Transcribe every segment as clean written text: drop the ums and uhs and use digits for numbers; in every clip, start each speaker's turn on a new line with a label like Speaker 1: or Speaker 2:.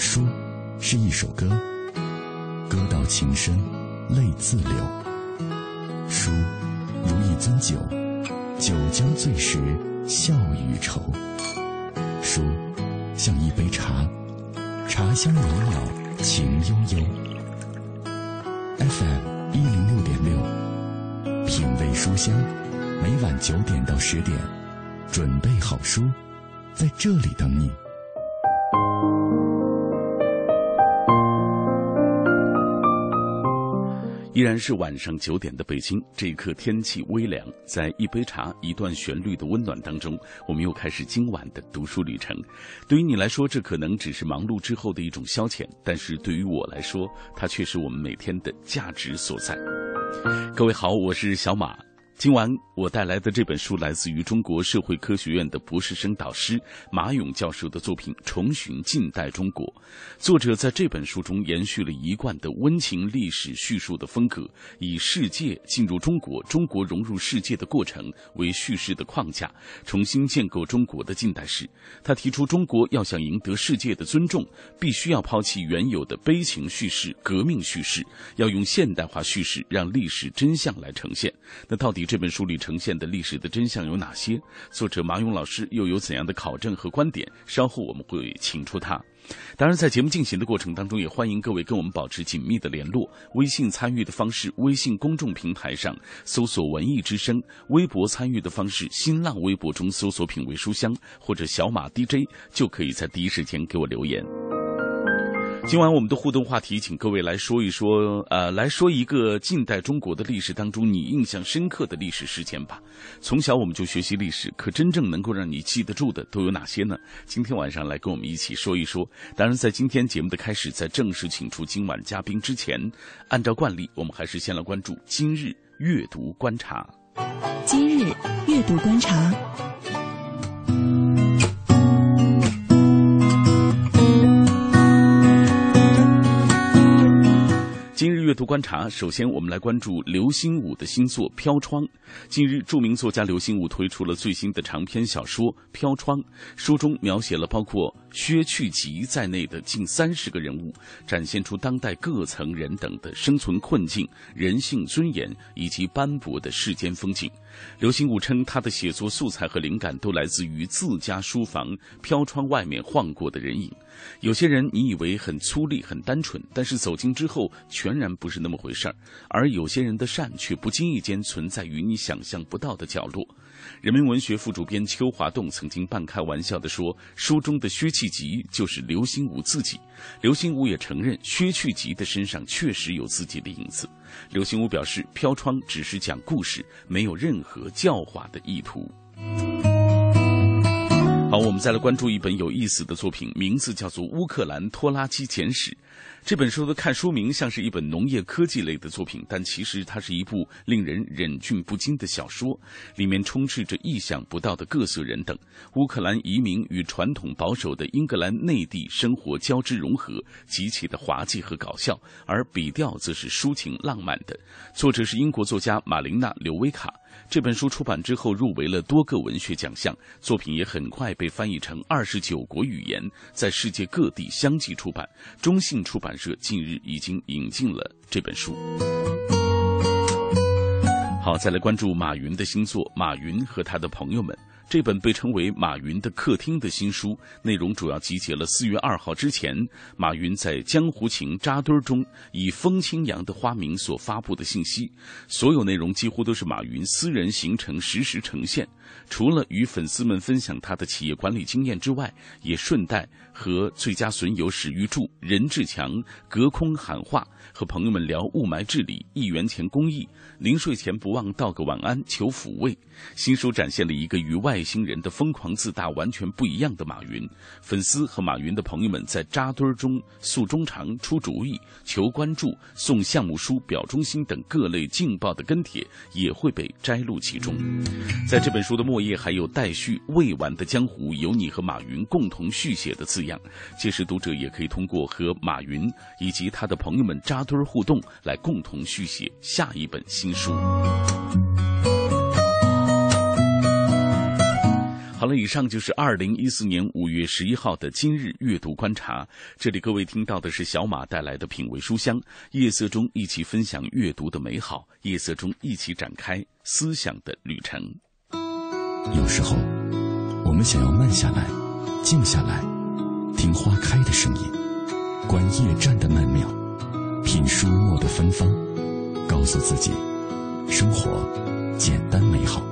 Speaker 1: 书是一首歌，歌到情深，泪自流。书如一樽酒，酒将醉时，笑与愁。书像一杯茶，茶香袅袅，情悠悠。FM 106.6，品味书香，每晚9点到10点，准备好书，在这里等你。
Speaker 2: 依然是晚上9点的北京，这一刻天气微凉，在一杯茶一段旋律的温暖当中，我们又开始今晚的读书旅程。对于你来说，这可能只是忙碌之后的一种消遣，但是对于我来说，它却是我们每天的价值所在。各位好，我是小马。今晚我带来的这本书来自于中国社会科学院的博士生导师马勇教授的作品《重寻近代中国》。作者在这本书中延续了一贯的温情历史叙述的风格，以世界进入中国，中国融入世界的过程为叙事的框架，重新建构中国的近代史。他提出，中国要想赢得世界的尊重，必须要抛弃原有的悲情叙事、革命叙事，要用现代化叙事让历史真相来呈现。那到底这本书里呈现的历史的真相有哪些？作者马勇老师又有怎样的考证和观点？稍后我们会请出他。当然，在节目进行的过程当中，也欢迎各位跟我们保持紧密的联络。微信参与的方式，微信公众平台上搜索文艺之声；微博参与的方式，新浪微博中搜索品味书香或者小马 DJ， 就可以在第一时间给我留言。今晚我们的互动话题，请各位来说一说，来说一个近代中国的历史当中你印象深刻的历史事件吧。从小我们就学习历史，可真正能够让你记得住的都有哪些呢？今天晚上来跟我们一起说一说。当然，在今天节目的开始，在正式请出今晚嘉宾之前，按照惯例，我们还是先来关注今日阅读观察。
Speaker 3: 今日阅读观察。
Speaker 2: 今日阅读观察，首先我们来关注刘心武的新作《飘窗》。近日，著名作家刘心武推出了最新的长篇小说《飘窗》，书中描写了包括薛去疾在内的近30个人物，展现出当代各层人等的生存困境、人性尊严以及斑驳的世间风景。刘心武称，他的写作素材和灵感都来自于自家书房飘窗外面晃过的人影。有些人你以为很粗粝、很单纯，但是走近之后全然不是那么回事儿。而有些人的善却不经意间存在于你想象不到的角落。人民文学副主编邱华栋曾经半开玩笑地说，书中的薛去疾就是刘心武自己。刘心武也承认，薛去疾的身上确实有自己的影子。刘心武表示，飘窗只是讲故事，没有任何教化的意图。好，我们再来关注一本有意思的作品，名字叫做《乌克兰拖拉机简史》。这本书的看书名像是一本农业科技类的作品，但其实它是一部令人忍俊不禁的小说，里面充斥着意想不到的各色人等。乌克兰移民与传统保守的英格兰内地生活交织融合，极其的滑稽和搞笑，而笔调则是抒情浪漫的。作者是英国作家马琳娜·刘维卡。这本书出版之后入围了多个文学奖项，作品也很快被翻译成29国语言，在世界各地相继出版。中信出版社近日已经引进了这本书。好，再来关注马云的新作《马云和他的朋友们》。这本被称为马云的客厅的新书，内容主要集结了4月2号之前马云在江湖情扎堆中以风清扬的花名所发布的信息，所有内容几乎都是马云私人行程实时呈现。除了与粉丝们分享他的企业管理经验之外，也顺带和最佳损友史玉柱、任志强隔空喊话，和朋友们聊雾霾治理、1元钱公益，临睡前不忘道个晚安求抚慰。新书展现了一个与外星人的疯狂自大完全不一样的马云。粉丝和马云的朋友们在扎堆中诉衷肠、出主意、求关注、送项目书、表忠心等各类劲爆的跟帖也会被摘录其中。在这本书的末页还有待续未完的江湖，由你和马云共同续写的字样。届时读者也可以通过和马云以及他的朋友们扎堆互动，来共同续写下一本新书。好， 好了，以上就是2014年5月11号的今日阅读观察。这里各位听到的是小马带来的品味书香，夜色中一起分享阅读的美好，夜色中一起展开思想的旅程。
Speaker 1: 有时候我们想要慢下来，静下来，听花开的声音，观夜战的曼妙，品书墨的芬芳，告诉自己生活简单美好。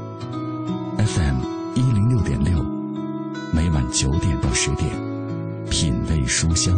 Speaker 1: FM106.6，每晚9点到10点，品味书香。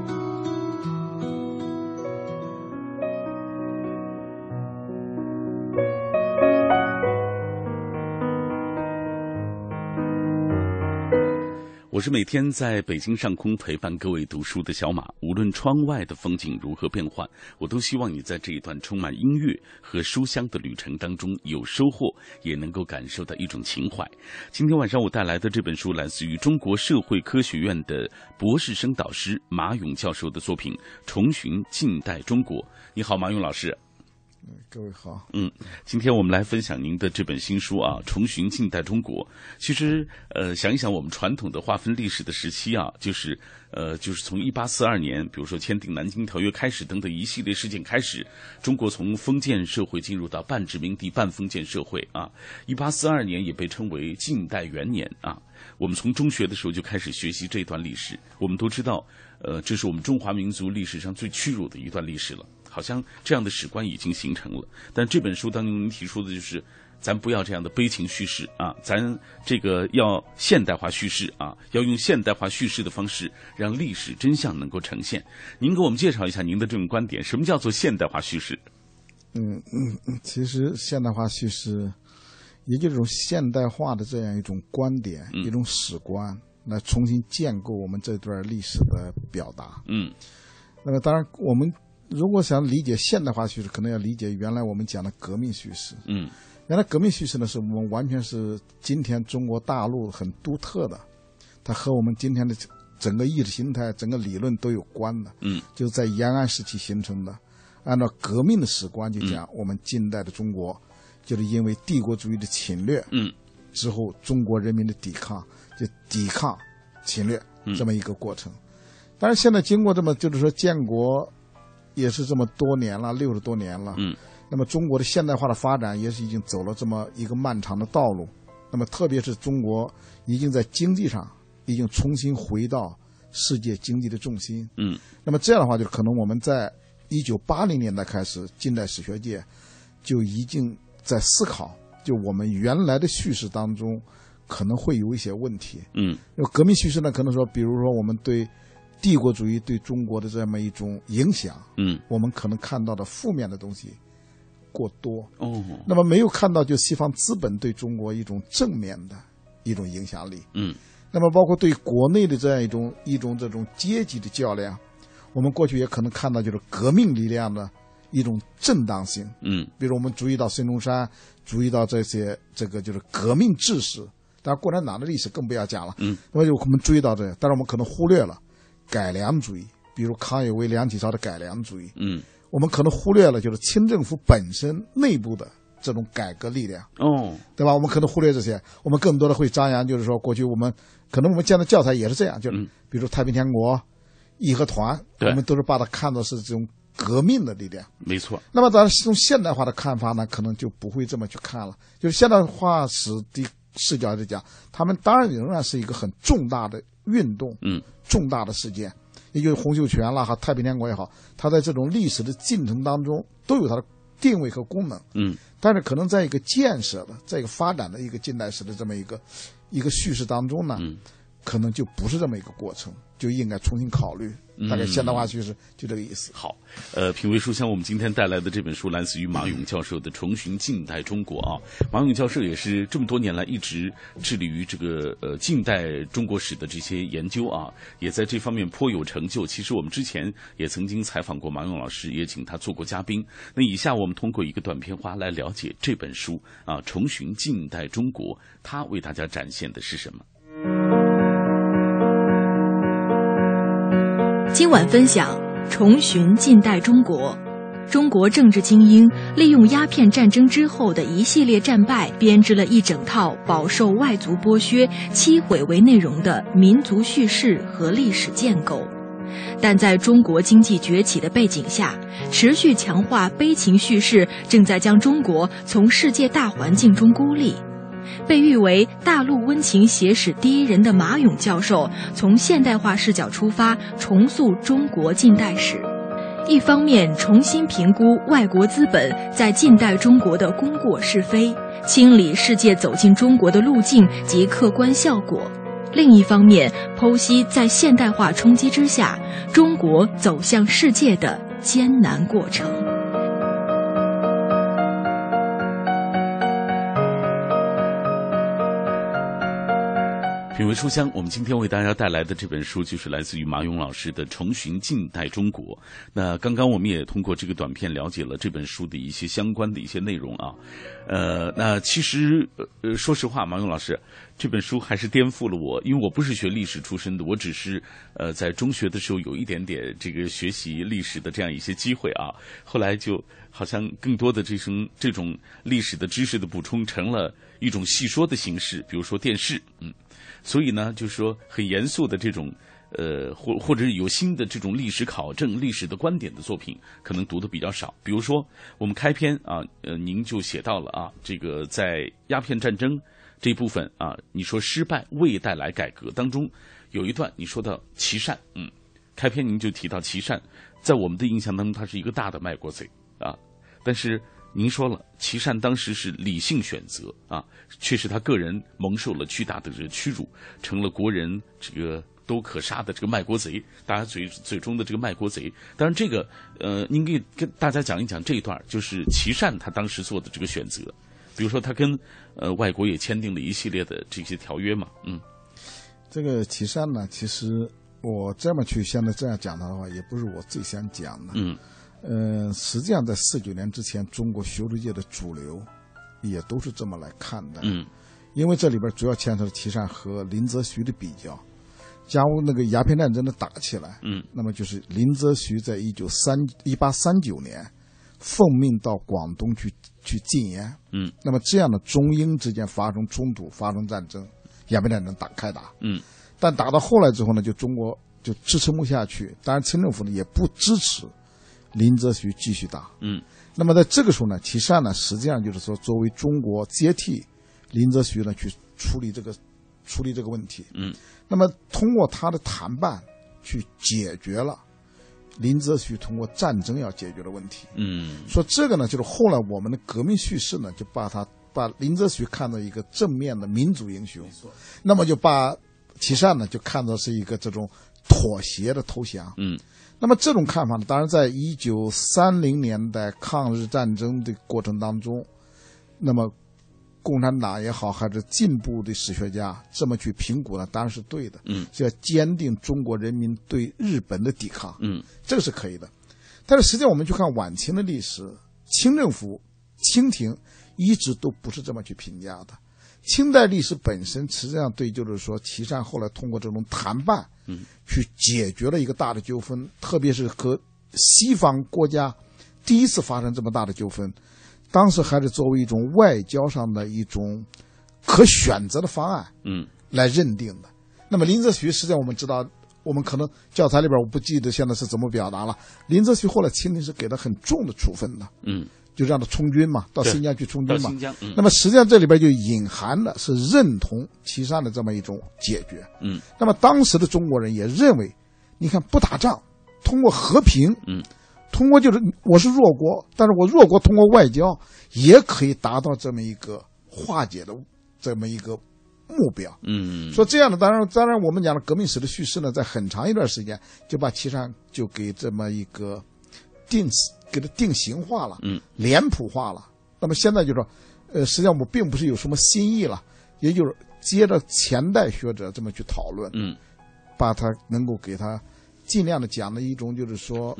Speaker 2: 我是每天在北京上空陪伴各位读书的小马，无论窗外的风景如何变幻，我都希望你在这一段充满音乐和书香的旅程当中有收获，也能够感受到一种情怀。今天晚上我带来的这本书来自于中国社会科学院的博士生导师马勇教授的作品《重寻近代中国》。你好，马勇老师。
Speaker 4: 各位好。
Speaker 2: 今天我们来分享您的这本新书啊，《重寻近代中国》。其实，想一想我们传统的划分历史的时期啊，就是从1842年，比如说签订南京条约开始等等一系列事件开始，中国从封建社会进入到半殖民地半封建社会啊。1842年也被称为近代元年啊。我们从中学的时候就开始学习这段历史，我们都知道，这是我们中华民族历史上最屈辱的一段历史了。好像这样的史观已经形成了，但这本书当中您提出的就是，咱不要这样的悲情叙事啊，咱这个要现代化叙事啊，要用现代化叙事的方式，让历史真相能够呈现。您给我们介绍一下您的这种观点，什么叫做现代化叙事？
Speaker 4: 其实现代化叙事，也就是这种现代化的这样一种观点，一种史观，来重新建构我们这段历史的表达。那么当然我们如果想理解现代化叙事，可能要理解原来我们讲的革命叙事。原来革命叙事呢，是我们完全是今天中国大陆很独特的，它和我们今天的整个意识形态、整个理论都有关的。就是在延安时期形成的。按照革命的史观就讲，我们近代的中国，就是因为帝国主义的侵略，之后中国人民的抵抗，就抵抗侵略这么一个过程。但是现在经过这么就是说建国也是这么多年了，60多年了。那么中国的现代化的发展也是已经走了这么一个漫长的道路。那么特别是中国已经在经济上已经重新回到世界经济的重心。那么这样的话，就可能我们在1980年代开始，近代史学界就已经在思考，就我们原来的叙事当中可能会有一些问题。革命叙事呢，可能说，比如说我们对帝国主义对中国的这么一种影响，我们可能看到的负面的东西过多。那么没有看到就西方资本对中国一种正面的一种影响力。那么包括对国内的这样一种这种阶级的较量，我们过去也可能看到就是革命力量的一种正当性。比如我们注意到孙中山，注意到这个就是革命志士，当然共产党的历史更不要讲了。那么我们注意到这个，但是我们可能忽略了改良主义，比如康有为、梁启超的改良主义。我们可能忽略了就是清政府本身内部的这种改革力量。对吧？我们可能忽略这些，我们更多的会张扬，就是说过去我们见的教材也是这样，就是比如太平天国、义和团，我们都是把它看作是这种革命的力量。
Speaker 2: 没错。
Speaker 4: 那么咱从现代化的看法呢，可能就不会这么去看了。就是现代化史的视角来讲，他们当然仍然是一个很重大的运动，重大的事件，也就是洪秀全啦和太平天国也好，它在这种历史的进程当中都有它的定位和功能。但是可能在一个建设的、在一个发展的一个近代史的这么一个叙事当中呢，可能就不是这么一个过程，就应该重新考虑。大概现代化叙事就这个意思。
Speaker 2: 好，品味书香，我们今天带来的这本书来自于马勇教授的《重寻近代中国》啊。马勇教授也是这么多年来一直致力于这个近代中国史的这些研究啊，也在这方面颇有成就。其实我们之前也曾经采访过马勇老师，也请他做过嘉宾。那以下我们通过一个短片花来了解这本书啊，《重寻近代中国》，它为大家展现的是什么？
Speaker 3: 今晚分享《重寻近代中国》， 中国政治精英利用鸦片战争之后的一系列战败，编织了一整套饱受外族剥削、摧毁为内容的民族叙事和历史建构。但在中国经济崛起的背景下，持续强化悲情叙事正在将中国从世界大环境中孤立。被誉为大陆温情写史第一人的马勇教授，从现代化视角出发，重塑中国近代史。一方面重新评估外国资本在近代中国的功过是非，清理世界走进中国的路径及客观效果；另一方面剖析在现代化冲击之下，中国走向世界的艰难过程。
Speaker 2: 品味书香，我们今天为大家带来的这本书就是来自于马勇老师的《重寻近代中国》。那刚刚我们也通过这个短片了解了这本书的一些相关的一些内容啊。那其实说实话，马勇老师这本书还是颠覆了我，因为我不是学历史出身的，我只是在中学的时候有一点点这个学习历史的这样一些机会啊。后来就好像更多的这种历史的知识的补充成了一种戏说的形式，比如说电视，所以呢，就是说很严肃的这种，或者有新的这种历史考证、历史的观点的作品，可能读的比较少。比如说，我们开篇啊，您就写到了啊，这个在鸦片战争这一部分啊，你说失败未带来改革当中，有一段你说到琦善，开篇您就提到琦善，在我们的印象当中，他是一个大的卖国贼啊，但是您说了，琦善当时是理性选择啊，却是他个人蒙受了巨大的这个屈辱，成了国人这个都可杀的这个卖国贼，大家嘴中的这个卖国贼。当然，这个您可以跟大家讲一讲这一段，就是琦善他当时做的这个选择，比如说他跟外国也签订了一系列的这些条约嘛，
Speaker 4: 这个琦善呢，其实我这么去现在这样讲他的话，也不是我最想讲的，实际上在49年之前，中国学术界的主流也都是这么来看的。因为这里边主要牵扯了琦善和林则徐的比较。假如那个鸦片战争的打起来，那么就是林则徐在1839年奉命到广东去禁烟，那么这样的中英之间发生冲突、发生战争，鸦片战争开打，但打到后来之后呢，就中国就支撑不下去，当然清政府呢也不支持林则徐继续打，那么在这个时候呢，琦善呢实际上就是说作为中国接替林则徐呢去处理这个问题，那么通过他的谈判去解决了林则徐通过战争要解决的问题，说这个呢就是后来我们的革命叙事呢就把林则徐看作一个正面的民族英雄，那么就把琦善呢就看作是一个这种妥协的投降，那么这种看法呢，当然在1930年代抗日战争的过程当中，那么共产党也好，还是进步的史学家这么去评估呢，当然是对的，是要坚定中国人民对日本的抵抗，这个是可以的。但是实际上我们去看晚清的历史，清政府、清廷一直都不是这么去评价的。清代历史本身实际上对，就是说琦善后来通过这种谈判，去解决了一个大的纠纷，特别是和西方国家第一次发生这么大的纠纷，当时还是作为一种外交上的一种可选择的方案，来认定的。那么林则徐实际上我们知道，我们可能教材里边我不记得现在是怎么表达了，林则徐后来清廷是给他很重的处分的，就让他充军嘛，到新疆去充军嘛。那么实际上这里边就隐含的是认同琦善的这么一种解决。那么当时的中国人也认为，你看不打仗，通过和平，通过就是我是弱国，但是我弱国通过外交也可以达到这么一个化解的这么一个目标。说这样的，当然我们讲的革命史的叙事呢，在很长一段时间就把琦善就给这么一个给它定型化了，脸谱化了。那么现在就说，实际上我并不是有什么新意了，也就是接着前代学者这么去讨论，把它能够给它尽量的讲的一种就是说，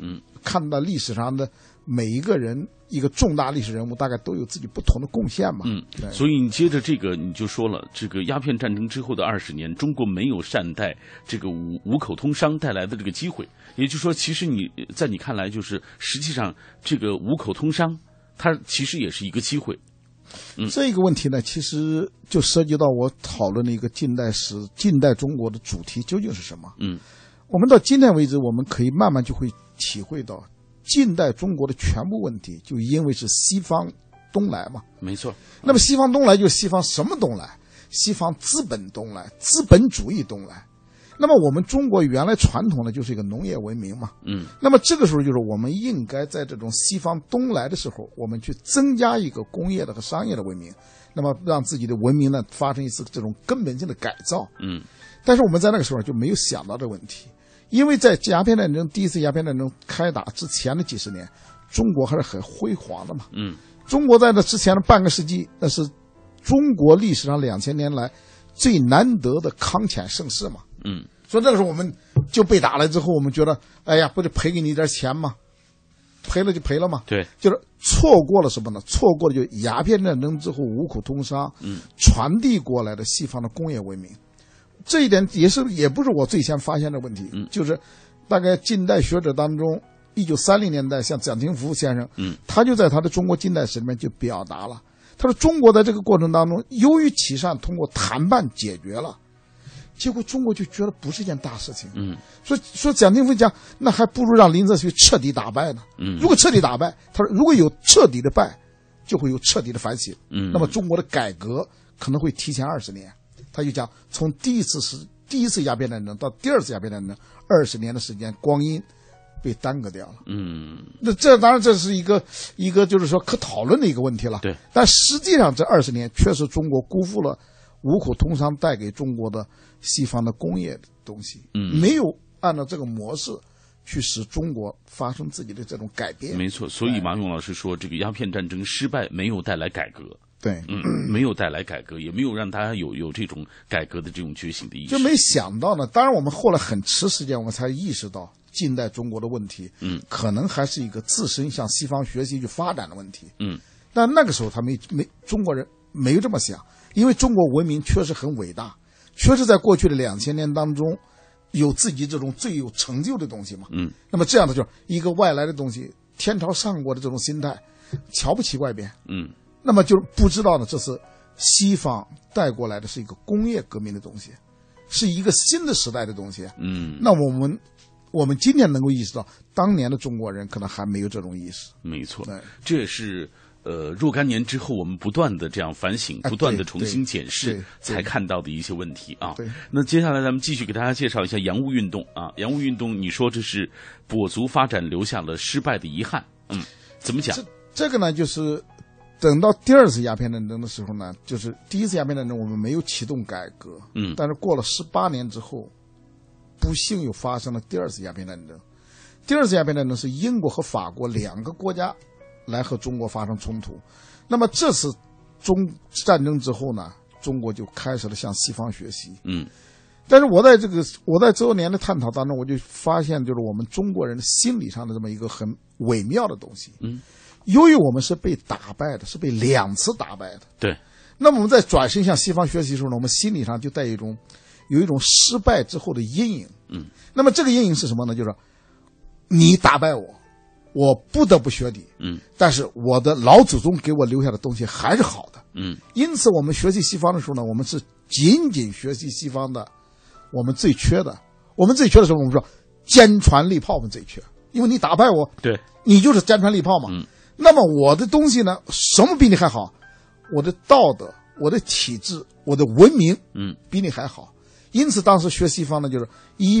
Speaker 4: 看到历史上的每一个人，一个重大历史人物，大概都有自己不同的贡献嘛。
Speaker 2: 所以你接着这个你就说了，这个鸦片战争之后的20年，中国没有善待这个五口通商带来的这个机会，也就是说，其实在你看来，就是实际上这个五口通商，它其实也是一个机会。
Speaker 4: 这个问题呢，其实就涉及到我讨论的一个近代中国的主题究竟是什么。我们到今天为止，我们可以慢慢就会体会到，近代中国的全部问题，就因为是西方东来嘛。
Speaker 2: 没错。
Speaker 4: 那么西方东来就是西方什么东来？西方资本东来，资本主义东来。那么我们中国原来传统的就是一个农业文明嘛。那么这个时候就是我们应该在这种西方东来的时候，我们去增加一个工业的和商业的文明，那么让自己的文明呢发生一次这种根本性的改造。但是我们在那个时候就没有想到这个问题，因为在鸦片战争第一次鸦片战争开打之前的几十年，中国还是很辉煌的嘛。中国在那之前的半个世纪，那是中国历史上2000年来最难得的康乾盛世嘛。所以那个时候我们就被打了之后，我们觉得，哎呀，不就赔给你一点钱吗？赔了就赔了嘛。
Speaker 2: 对，
Speaker 4: 就是错过了什么呢？错过了就鸦片战争之后五口通商，传递过来的西方的工业文明。这一点也不是我最先发现的问题，就是大概近代学者当中，1930年代像蒋廷福先生，他就在他的《中国近代史》里面就表达了，他说中国在这个过程当中由于起善通过谈判解决了。结果中国就觉得不是一件大事情，说蒋廷福讲，那还不如让林则徐彻底打败呢。如果彻底打败，他说如果有彻底的败，就会有彻底的反省。那么中国的改革可能会提前20年。他就讲，从第一次鸦片战争到第二次鸦片战争，20年的时间光阴被耽搁掉了。那这当然这是一个就是说可讨论的一个问题了。
Speaker 2: 对，
Speaker 4: 但实际上这20年确实中国辜负了五口通商带给中国的西方的工业的东西，没有按照这个模式去使中国发生自己的这种改变。
Speaker 2: 没错，所以马勇老师说，这个鸦片战争失败没有带来改革。
Speaker 4: 对，
Speaker 2: 没有带来改革，也没有让大家有这种改革的这种觉醒的意识。
Speaker 4: 就没想到呢，当然我们后来很迟时间我们才意识到近代中国的问题，可能还是一个自身向西方学习去发展的问题。但那个时候他中国人没有这么想，因为中国文明确实很伟大，确实在过去的2000年当中有自己这种最有成就的东西嘛。那么这样的就是一个外来的东西，天朝上国的这种心态，瞧不起外边。那么就不知道呢，这是西方带过来的是一个工业革命的东西，是一个新的时代的东西。那我们今天能够意识到，当年的中国人可能还没有这种意识。
Speaker 2: 没错，这也是若干年之后我们不断的这样反省，不断的重新检视，才看到的一些问题啊。那接下来咱们继续给大家介绍一下洋务运动啊。洋务运动，你说这是跛足发展留下了失败的遗憾，怎么讲？
Speaker 4: 这个呢，就是等到第二次鸦片战争的时候呢，就是第一次鸦片战争我们没有启动改革，但是过了18年之后，不幸又发生了第二次鸦片战争。第二次鸦片战争是英国和法国2个国家来和中国发生冲突。那么这次战争之后呢，中国就开始了向西方学习。但是我在这多年的探讨当中，我就发现，就是我们中国人的心理上的这么一个很微妙的东西。由于我们是被打败的，是被2次打败的。
Speaker 2: 对。
Speaker 4: 那么我们在转身向西方学习的时候呢，我们心理上就带有一种失败之后的阴影。那么这个阴影是什么呢？就是你打败我，我不得不学你。但是我的老祖宗给我留下的东西还是好的。因此我们学习西方的时候呢，我们是仅仅学习西方的我们最缺的。我们最缺的时候，我们说坚船利炮，我们最缺，因为你打败我，
Speaker 2: 对，
Speaker 4: 你就是坚船利炮嘛。那么我的东西呢，什么比你还好？我的道德，我的体制，我的文明，比你还好。因此当时学西方呢，就是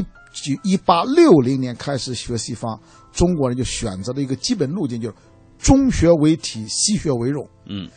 Speaker 4: 1860年开始学西方，中国人就选择了一个基本路径，就是中学为体，西学为用。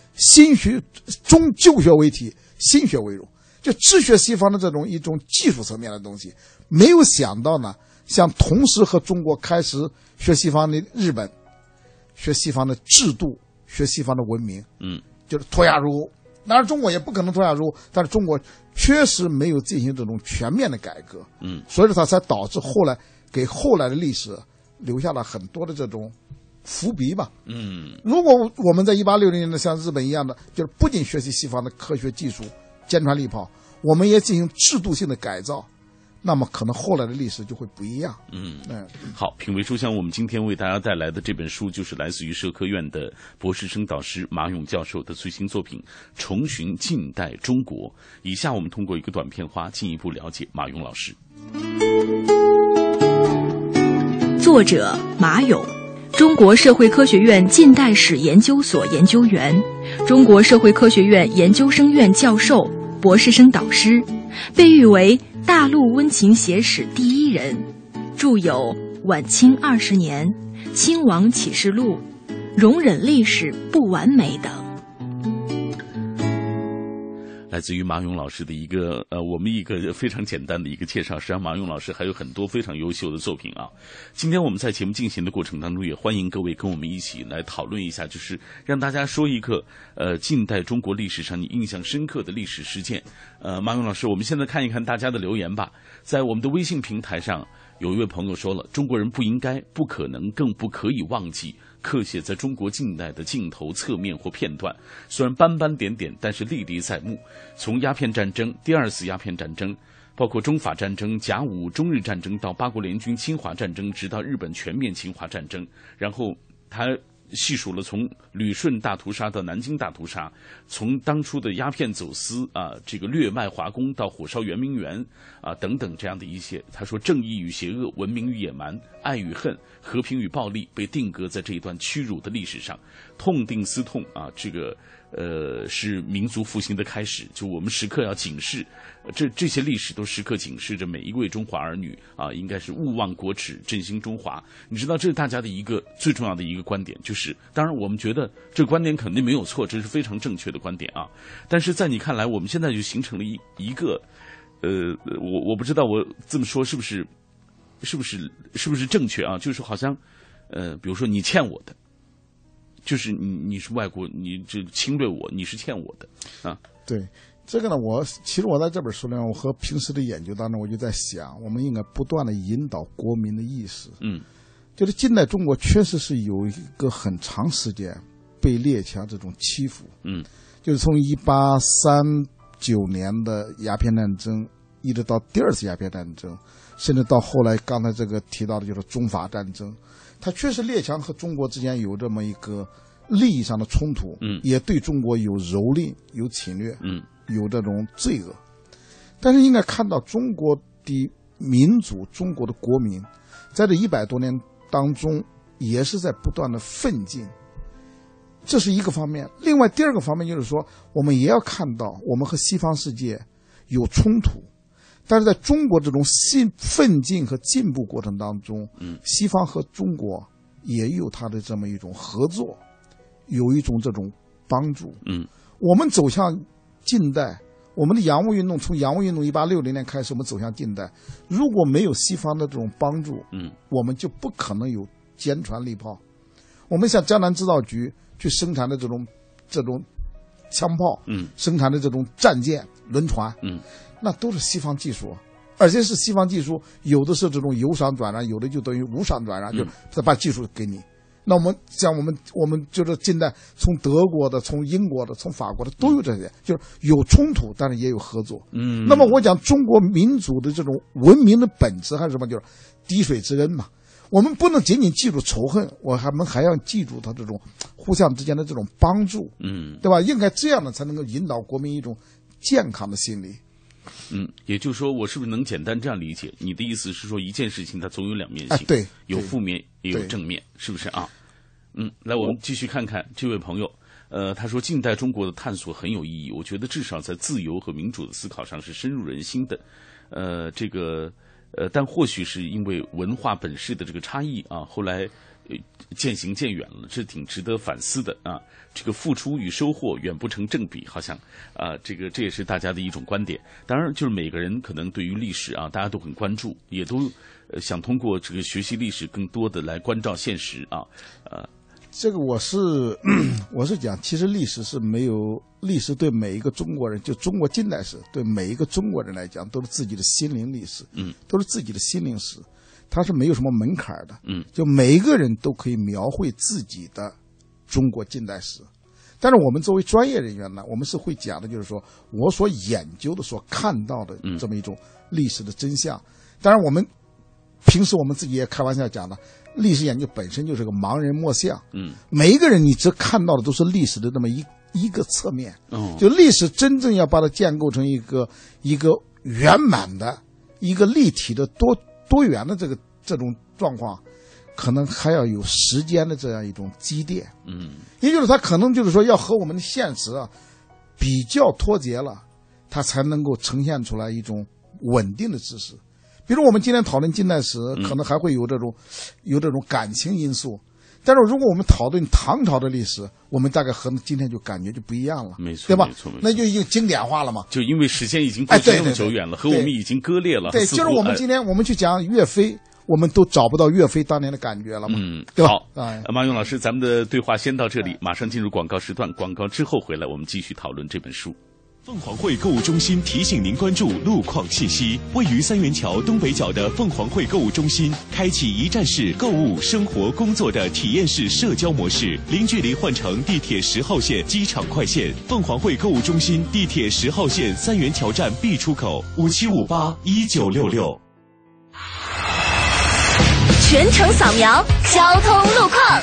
Speaker 4: 旧学为体，新学为用，就只学西方的一种技术层面的东西。没有想到呢，像同时和中国开始学西方的日本，学西方的制度，学西方的文明，就是脱亚入欧。当然中国也不可能脱亚入欧，但是中国确实没有进行这种全面的改革。所以说它才导致后来的历史留下了很多的这种伏笔吧。如果我们在1860年的像日本一样的，就是不仅学习西方的科学技术，坚船利炮，我们也进行制度性的改造，那么可能后来的历史就会不一样。
Speaker 2: 好，品味书香，我们今天为大家带来的这本书就是来自于社科院的博士生导师马勇教授的最新作品《重寻近代中国》。以下我们通过一个短片花进一步了解马勇老师。
Speaker 3: 作者马勇，中国社会科学院近代史研究所研究员，中国社会科学院研究生院教授、博士生导师，被誉为大陆温情写史第一人，著有《晚清20年》《清王启示录》《容忍历史不完美》等。
Speaker 2: 来自于马勇老师的一个我们一个非常简单的一个介绍。实际上马勇老师还有很多非常优秀的作品啊。今天我们在节目进行的过程当中，也欢迎各位跟我们一起来讨论一下，就是让大家说一个近代中国历史上你印象深刻的历史事件。马勇老师，我们现在看一看大家的留言吧。在我们的微信平台上，有一位朋友说了，中国人不应该、不可能、更不可以忘记刻写在中国近代的镜头、侧面或片段，虽然斑斑点点，但是历历在目。从鸦片战争、第2次鸦片战争，包括中法战争、甲午、中日战争，到八国联军侵华战争，直到日本全面侵华战争，然后他细数了从旅顺大屠杀到南京大屠杀，从当初的鸦片走私这个掠卖华工到火烧圆明园等等这样的一些，他说正义与邪恶、文明与野蛮、爱与恨、和平与暴力被定格在这一段屈辱的历史上，痛定思痛这个是民族复兴的开始。就我们时刻要警示，这些历史都时刻警示着每一位中华儿女应该是勿忘国耻，振兴中华。你知道，这是大家的一个最重要的一个观点，就是当然我们觉得这个观点肯定没有错，这是非常正确的观点但是在你看来，我们现在就形成了一个我不知道我这么说是不是正确就是好像比如说你欠我的，就是你是外国，你这侵略我，你是欠我的
Speaker 4: 对，这个呢，其实我在这本书里面，我和平时的研究当中，我就在想，我们应该不断的引导国民的意识。就是近代中国确实是有一个很长时间被列强这种欺负。就是从1839年的鸦片战争，一直到第2次鸦片战争，甚至到后来刚才这个提到的就是中法战争，它确实列强和中国之间有这么一个利益上的冲突，也对中国有蹂躏、有侵略，有这种罪恶。但是应该看到中国的民族、中国的国民，在这100多年当中，也是在不断的奋进。这是一个方面。另外第2个方面就是说，我们也要看到我们和西方世界有冲突，但是在中国这种奋进和进步过程当中，西方和中国也有它的这么一种合作，有一种这种帮助。我们走向近代，我们的洋务运动，从洋务运动1860年开始，我们走向近代，如果没有西方的这种帮助，我们就不可能有坚船利炮。我们像江南制造局去生产的这种枪炮，生产的这种战舰、轮船，那都是西方技术，而且是西方技术，有的是这种有赏转让，有的就等于无赏转让，就再把技术给你。那我们就是近代从德国的、从英国的、从法国的都有这些，就是有冲突，但是也有合作。那么我讲中国民族的这种文明的本质还是什么？就是滴水之恩嘛。我们不能仅仅记住仇恨，我们还要记住他这种互相之间的这种帮助，对吧？应该这样的才能够引导国民一种健康的心理。
Speaker 2: 也就是说，我是不是能简单这样理解？你的意思是说，一件事情它总有两面性，
Speaker 4: 对，
Speaker 2: 有负面也有正面，是不是啊？来，我们继续看看这位朋友，他说近代中国的探索很有意义，我觉得至少在自由和民主的思考上是深入人心的，但或许是因为文化本身的这个差异后来渐行渐远了，这挺值得反思的这个付出与收获远不成正比，好像这也是大家的一种观点。当然，就是每个人可能对于历史大家都很关注，也都想通过这个学习历史，更多的来关照现实
Speaker 4: 这个我是讲，其实历史对每一个中国人，就中国近代史对每一个中国人来讲，都是自己的心灵历史，都是自己的心灵史。 它是没有什么门槛的，就每一个人都可以描绘自己的中国近代史。但是我们作为专业人员呢，我们是会讲的，就是说我所研究的、所看到的这么一种历史的真相。当然，我们平时我们自己也开玩笑讲的，历史研究本身就是个盲人摸象。每一个人你只看到的都是历史的那么一个侧面。就历史真正要把它建构成一个圆满的、一个立体的、多元的这种状况，可能还要有时间的这样一种积淀。也就是它可能就是说要和我们的现实比较脱节了，它才能够呈现出来一种稳定的知识。比如我们今天讨论近代史，可能还会有这种感情因素。但是如果我们讨论唐朝的历史，我们大概和今天就感觉就不一样了，
Speaker 2: 没错，
Speaker 4: 对吧？
Speaker 2: 没错，
Speaker 4: 那就已经经典化了嘛。
Speaker 2: 就因为时间已经过去那么久远了，和我们已经割裂了。
Speaker 4: 对，就是我们今天我们去讲岳飞，我们都找不到岳飞当年的感觉了嘛。对吧？
Speaker 2: 好，马勇老师，咱们的对话先到这里，马上进入广告时段，广告之后回来，我们继续讨论这本书。
Speaker 5: 凤凰汇购物中心提醒您关注路况信息。位于三元桥东北角的凤凰汇购物中心，开启一站式购物、生活、工作的体验式社交模式，零距离换乘地铁10号线机场快线。凤凰汇购物中心地铁10号线三元桥站 B 出口57581966。
Speaker 6: 全程扫描交通路况。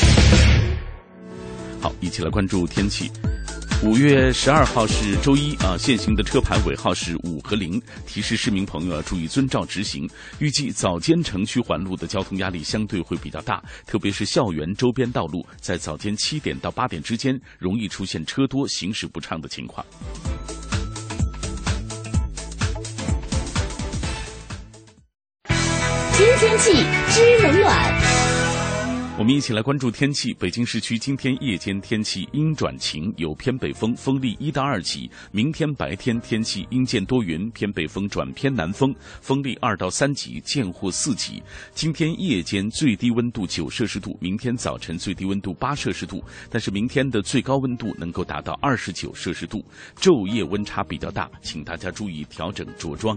Speaker 2: 好，一起来关注天气。5月12号是周一限行的车牌尾号是5和0，提示市民朋友要注意遵照执行。预计早间城区环路的交通压力相对会比较大，特别是校园周边道路，在早间7点到8点之间容易出现车多、行驶不畅的情况。
Speaker 6: 知天气，知冷暖。
Speaker 2: 我们一起来关注天气。北京市区今天夜间天气阴转晴，有偏北风，风力1到2级。明天白天天气阴见多云，偏北风转偏南风，风力2到3级，见或4级。今天夜间最低温度9摄氏度，明天早晨最低温度8摄氏度，但是明天的最高温度能够达到29摄氏度，昼夜温差比较大，请大家注意调整着装。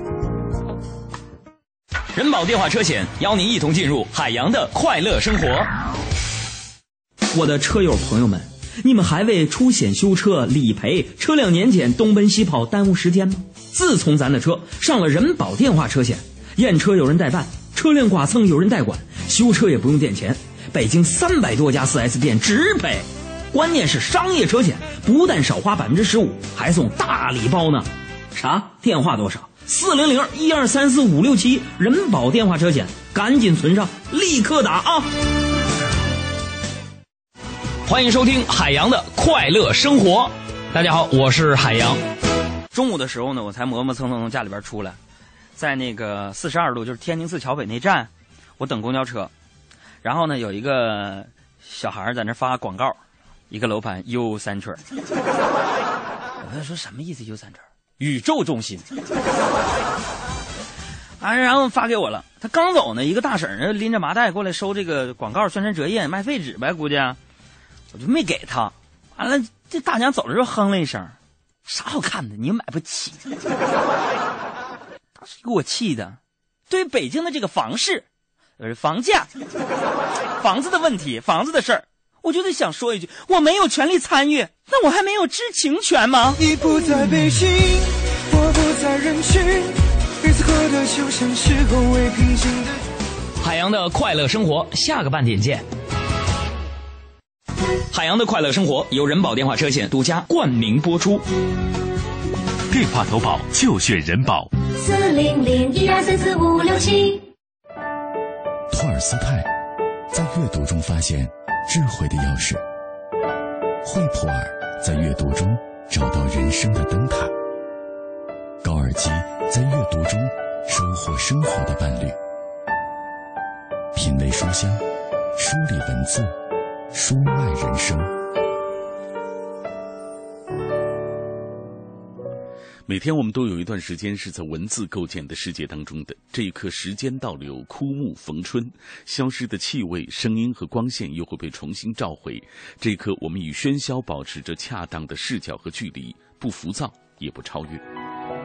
Speaker 7: 人保电话车险邀您一同进入海洋的快乐生活。
Speaker 8: 我的车友朋友们，你们还为出险修车、理赔、车辆年检东奔西跑耽误时间吗？自从咱的车上了人保电话车险，验车有人代办，车辆剐蹭有人代管，修车也不用垫钱，北京300多家 4S 店直赔。关键是商业车险不但少花15%，还送大礼包呢。啥？电话多少？400-1234-567，人保电话车险，赶紧存上，立刻打啊！
Speaker 7: 欢迎收听海洋的快乐生活。大家好，我是海洋。
Speaker 9: 中午的时候呢，我才磨磨蹭蹭从家里边出来，在那个42路，就是天宁寺桥北那站，我等公交车。然后呢，有一个小孩在那发广告，一个楼盘 U Century。我跟他说什么意思 U Century？宇宙中心然后发给我了。他刚走呢，一个大婶拎着麻袋过来收这个广告宣传折页，卖废纸呗，估计我就没给他。完了，这大娘走的时候哼了一声：“啥好看的，你又买不起。”当时给我气的。对于北京的这个房市，房价、房子的问题、房子的事儿，我就得想说一句：我没有权利参与，那我还没有知情权吗？
Speaker 10: 你不在北京，我不在人群，日子过得就像是后未平静的。
Speaker 7: 海洋的快乐生活，下个半点见。海洋的快乐生活由人保电话车险独家冠名播出。
Speaker 5: 电话投保就选人保。
Speaker 6: 400-1234-567。
Speaker 1: 托尔斯泰在阅读中发现智慧的钥匙，惠普尔在阅读中找到人生的灯塔，高尔基在阅读中收获生活的伴侣。品味书香，梳理文字，书外人生。
Speaker 2: 每天我们都有一段时间是在文字构建的世界当中的，这一刻时间倒流，枯木逢春，消失的气味、声音和光线又会被重新召回。这一刻我们与喧嚣保持着恰当的视角和距离，不浮躁也不超越。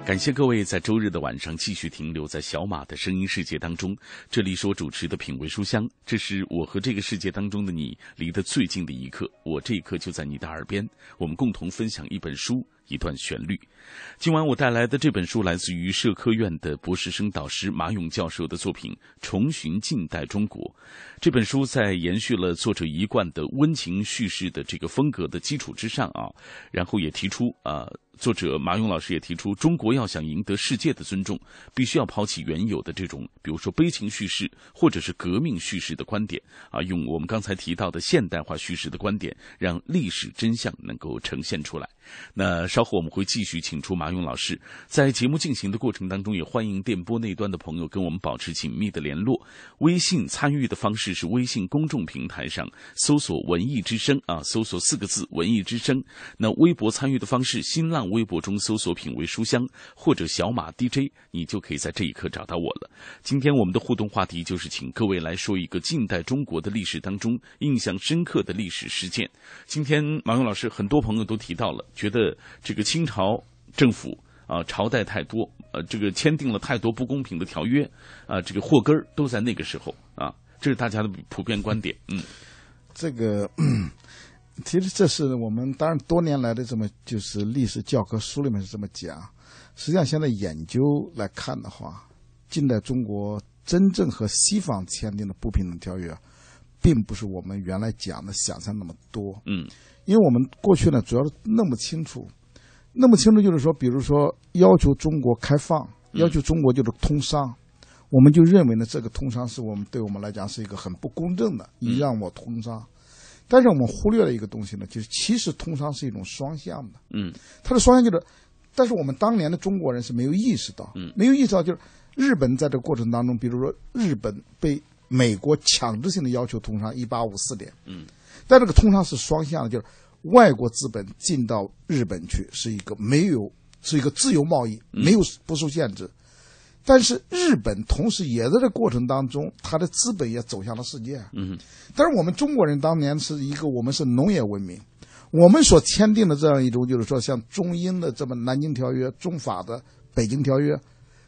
Speaker 2: 感谢各位在周日的晚上继续停留在小马的声音世界当中。这里是我主持的品味书香，这是我和这个世界当中的你离得最近的一刻，我这一刻就在你的耳边，我们共同分享一本书，一段旋律。今晚我带来的这本书来自于社科院的博士生导师马勇教授的作品《重寻近代中国》。这本书在延续了作者一贯的温情叙事的这个风格的基础之上然后也提出作者马勇老师也提出，中国要想赢得世界的尊重，必须要抛弃原有的这种比如说悲情叙事或者是革命叙事的观点用我们刚才提到的现代化叙事的观点，让历史真相能够呈现出来。那稍后我们会继续请出马勇老师，在节目进行的过程当中，也欢迎电波那端的朋友跟我们保持紧密的联络。微信参与的方式是微信公众平台上搜索文艺之声搜索4个字文艺之声。那微博参与的方式，新浪微博中搜索品味书香或者小马 DJ， 你就可以在这一刻找到我了。今天我们的互动话题就是请各位来说一个近代中国的历史当中印象深刻的历史事件。今天马勇老师很多朋友都提到了，觉得这个清朝政府朝代太多这个签订了太多不公平的条约这个祸根都在那个时候这是大家的普遍观点。
Speaker 4: 这个其实这是我们当然多年来的这么就是历史教科书里面是这么讲。实际上现在研究来看的话，近代中国真正和西方签订的不平等条约并不是我们原来讲的想象那么多。因为我们过去呢主要是弄不清楚就是说，比如说要求中国开放，要求中国就是通商，我们就认为呢这个通商是对我们来讲是一个很不公正的，你让我通商。但是我们忽略了一个东西呢，就是其实通商是一种双向的。它的双向就是，但是我们当年的中国人是没有意识到，就是日本在这个过程当中，比如说日本被美国强制性的要求通商1854年，但这个通商是双向的，就是外国资本进到日本去是一个自由贸易，不受限制。但是日本同时也在这过程当中，它的资本也走向了世界。但是我们中国人当年我们是农业文明，我们所签订的这样一种就是说像中英的这么南京条约、中法的北京条约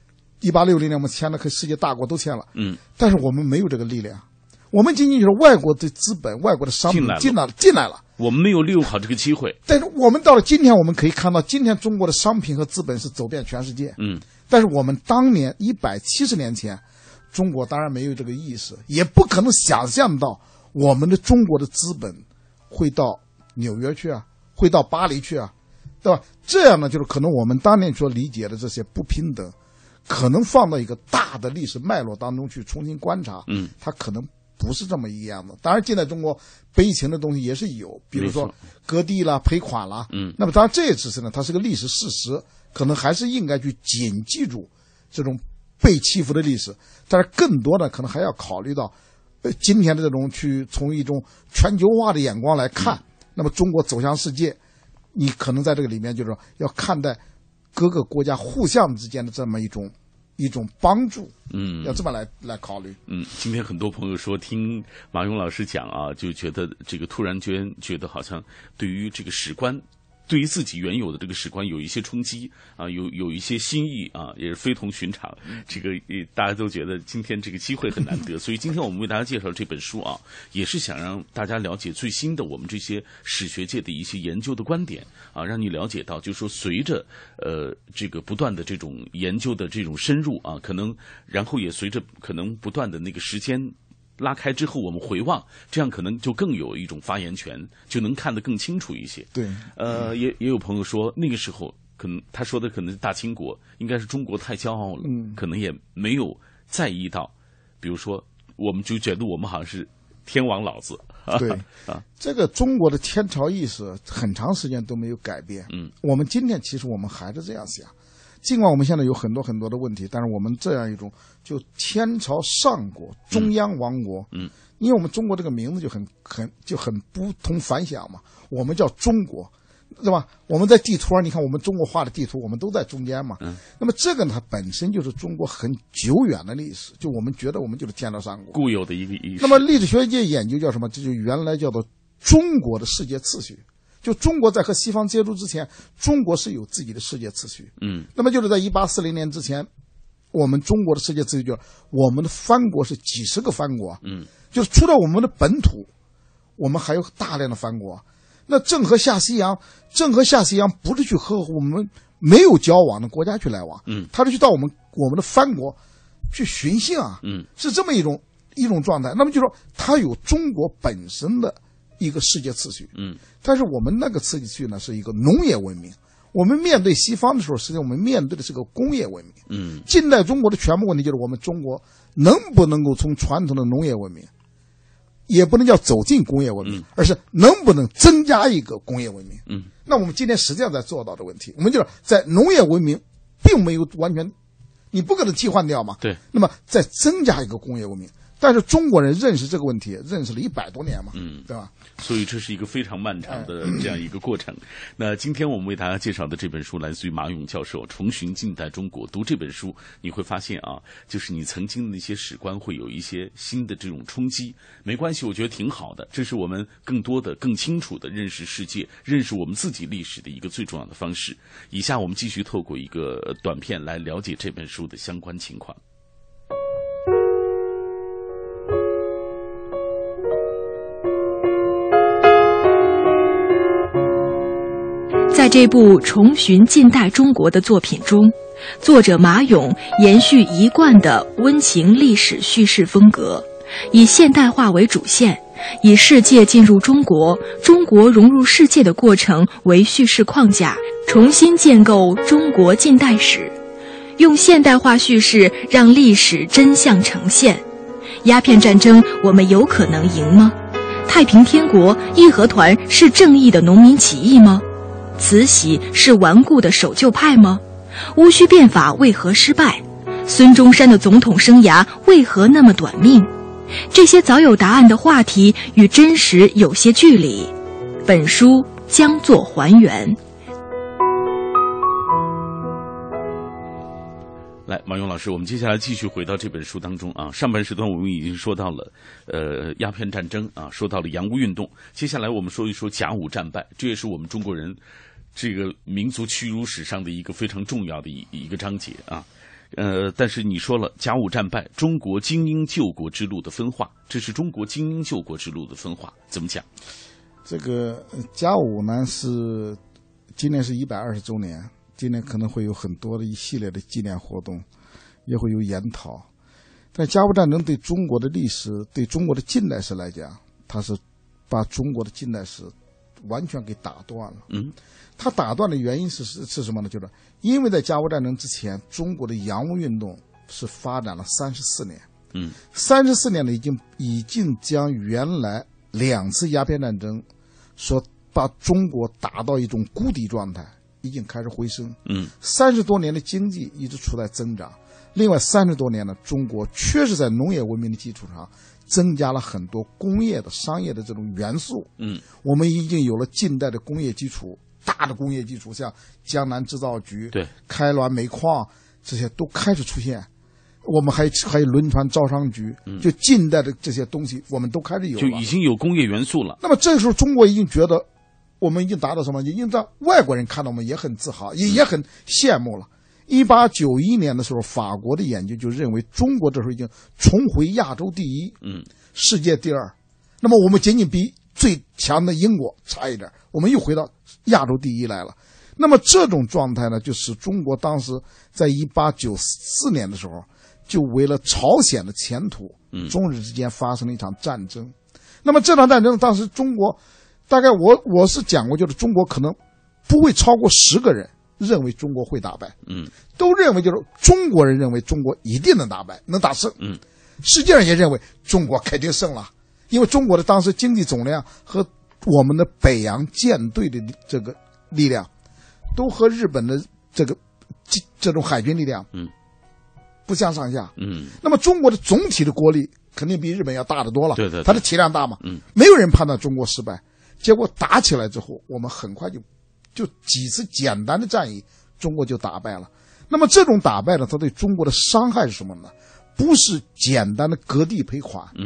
Speaker 4: ，1860年我们签了，和世界大国都签了。但是我们没有这个力量，我们仅仅就是外国的资本、外国的商品进来了，我们没有利用好这个机会。但是我们到了今天，我们可以看到，今天中国的商品和资本是走遍全世界。但是我们当年170年前，中国当然没有这个意识，也不可能想象到我们的中国的资本会到纽约去会到巴黎去对吧？这样呢，就是可能我们当年所理解的这些不平等，可能放到一个大的历史脉络当中去重新观察，它可能不是这么一样的。当然，近代中国悲情的东西也是有，比如说割地啦、赔款啦。那么当然这也只是呢，它是个历史事实，可能还是应该去谨记住这种被欺负的历史。但是更多的可能还要考虑到，今天的这种从一种全球化的眼光来看，那么中国走向世界，你可能在这个里面就是说要看待各个国家互相之间的这么一种帮助，要这么来考虑。
Speaker 2: 今天很多朋友说听马勇老师讲就觉得这个突然间觉得好像对于这个史观，对于自己原有的这个史观有一些冲击有一些新意也是非同寻常。这个大家都觉得今天这个机会很难得，所以今天我们为大家介绍这本书也是想让大家了解最新的我们这些史学界的一些研究的观点让你了解到，就是说随着这个不断的这种研究的这种深入可能然后也随着可能不断的那个时间拉开之后，我们回望，这样可能就更有一种发言权，就能看得更清楚一些。
Speaker 4: 对，
Speaker 2: 也有朋友说那个时候可能他说的可能是大清国，应该是中国太骄傲了，可能也没有在意到，比如说我们就觉得我们好像是天王老子。
Speaker 4: 对这个中国的天朝意识很长时间都没有改变。我们今天其实我们还是这样想。尽管我们现在有很多很多的问题，但是我们这样一种就天朝上国、中央王国，因为我们中国这个名字就很不同凡响嘛，我们叫中国，对吧？我们在地图上，你看我们中国画的地图，我们都在中间嘛。那么这个呢，它本身就是中国很久远的历史，就我们觉得我们就是天朝上国
Speaker 2: 固有的一个意识。
Speaker 4: 那么历史学界研究叫什么？这就原来叫做中国的世界次序。 就中国在和西方接触之前，中国是有自己的世界秩序。那么就是在1840年之前，我们中国的世界秩序就是我们的藩国是几十个藩国。就是除了我们的本土，我们还有大量的藩国。那郑和下西洋不是去和我们没有交往的国家去来往，他是去到我们的藩国去巡幸啊，是这么一种状态。那么就说它有中国本身的一个世界秩序，但是我们那个世界秩序呢是一个农业文明。我们面对西方的时候，实际上我们面对的是个工业文明。近代中国的全部问题就是我们中国能不能够从传统的农业文明，也不能叫走进工业文明，而是能不能增加一个工业文明。那我们今天实际上在做到的问题，我们就是在农业文明并没有完全，你不可能替换掉嘛。
Speaker 2: 对。
Speaker 4: 那么再增加一个工业文明，但是中国人认识这个问题，认识了100多年嘛，对吧？
Speaker 2: 所以这是一个非常漫长的这样一个过程。那今天我们为大家介绍的这本书来自于马勇教授《重寻近代中国》。读这本书，你会发现啊，就是你曾经的那些史观会有一些新的这种冲击。没关系，我觉得挺好的。这是我们更多的、更清楚的认识世界、认识我们自己历史的一个最重要的方式。以下我们继续透过一个短片来了解这本书的相关情况。
Speaker 3: 在这部重寻近代中国的作品中，作者马勇延续一贯的温情历史叙事风格，以现代化为主线，以世界进入中国、中国融入世界的过程为叙事框架，重新建构中国近代史，用现代化叙事让历史真相呈现。鸦片战争我们有可能赢吗？太平天国、义和团是正义的农民起义吗？慈禧是顽固的守旧派吗？戊戌变法为何失败？孙中山的总统生涯为何那么短命？这些早有答案的话题与真实有些距离，本书将作还原。
Speaker 2: 来，马勇老师，我们接下来继续回到这本书当中啊。上半时段我们已经说到了，鸦片战争啊，说到了洋务运动。接下来我们说一说甲午战败，这也是我们中国人这个民族屈辱史上的一个非常重要的一个章节啊。但是你说了甲午战败，中国精英救国之路的分化，这是中国精英救国之路的分化，怎么讲？
Speaker 4: 这个甲午呢是今年是120周年。今年可能会有很多的一系列的纪念活动，也会有研讨。但甲午战争对中国的历史、对中国的近代史来讲，它是把中国的近代史完全给打断了。它打断的原因是什么呢？就是因为在甲午战争之前，中国的洋务运动是发展了34年。34年呢，已经将原来2次鸦片战争所把中国打到一种谷底状态。已经开始回升，30多年的经济一直处在增长。另外30多年呢，中国确实在农业文明的基础上增加了很多工业的、商业的这种元素。我们已经有了近代的工业基础，大的工业基础，像江南制造局、开滦煤矿这些都开始出现。我们还有轮船招商局，就近代的这些东西我们都开始有了，
Speaker 2: 就已经有工业元素了。
Speaker 4: 那么这个时候，中国已经觉得。我们已经达到什么？已经让外国人看到我们也很自豪，也很羡慕了。1891年的时候，法国的研究就认为中国这时候已经重回亚洲第一，世界第2。那么我们仅仅比最强的英国差一点，我们又回到亚洲第一来了。那么这种状态呢，就使中国当时在1894年的时候，就为了朝鲜的前途，中日之间发生了一场战争。那么这场战争当时中国。大概我是讲过，就是中国可能不会超过10个人认为中国会打败，都认为就是中国人认为中国一定能打败，能打胜，实际上也认为中国肯定胜了，因为中国的当时经济总量和我们的北洋舰队的这个力量，都和日本的这种海军力量，不相上下，那么中国的总体的国力肯定比日本要大得多了，
Speaker 2: 对，
Speaker 4: 它的体量大嘛，没有人判断中国失败。结果打起来之后，我们很快就几次简单的战役，中国就打败了。那么这种打败呢，它对中国的伤害是什么呢？不是简单的割地赔款，